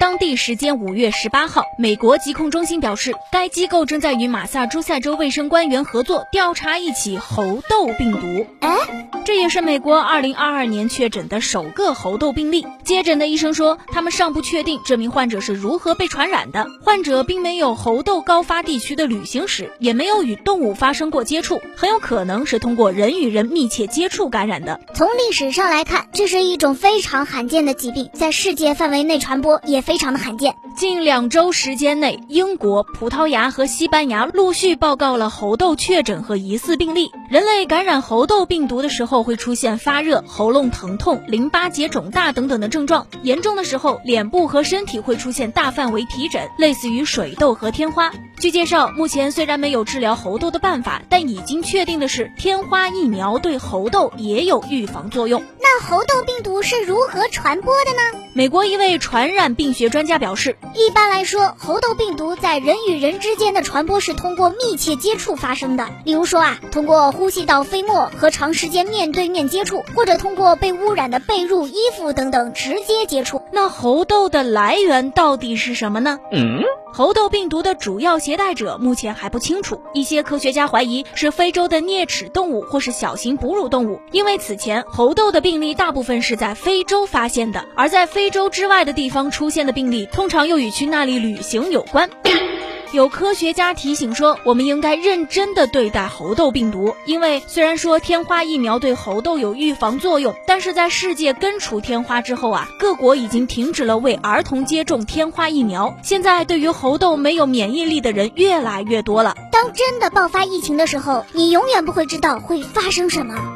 当地时间5月18号，美国疾控中心表示，该机构正在与马萨诸塞州卫生官员合作调查一起猴痘病毒。这也是美国2022年确诊的首个猴痘病例。接诊的医生说，他们尚不确定这名患者是如何被传染的。患者并没有猴痘高发地区的旅行史，也没有与动物发生过接触，很有可能是通过人与人密切接触感染的。 从历史上来看，这是一种非常罕见的疾病，在世界范围内传播也非常的罕见。 近2周时间内，英国、葡萄牙和西班牙陆续报告了猴痘确诊和疑似病例。人类感染猴痘病毒的时候会出现发热、喉咙疼痛、淋巴结肿大等等的症状，严重的时候脸部和身体会出现大范围皮疹，类似于水痘和天花。据介绍，目前虽然没有治疗猴痘的办法，但已经确定的是，天花疫苗对猴痘也有预防作用。 那猴痘病毒是如何传播的呢？ 美国一位传染病学专家表示， 一般来说，猴痘病毒在人与人之间的传播是通过密切接触发生的。例如说通过呼吸道飞沫和长时间面对面接触，或者通过被污染的被褥、衣服等等直接接触。 那猴痘的来源到底是什么呢？猴痘病毒的主要携带者目前还不清楚，一些科学家怀疑是非洲的啮齿动物或是小型哺乳动物，因为此前猴痘的病例大部分是在非洲发现的，而在非洲之外的地方出现的病例通常又与去那里旅行有关。有科学家提醒说，我们应该认真地对待猴痘病毒，因为虽然说天花疫苗对猴痘有预防作用，但是在世界根除天花之后各国已经停止了为儿童接种天花疫苗，现在对于猴痘没有免疫力的人越来越多了。 当真的爆发疫情的时候，你永远不会知道会发生什么。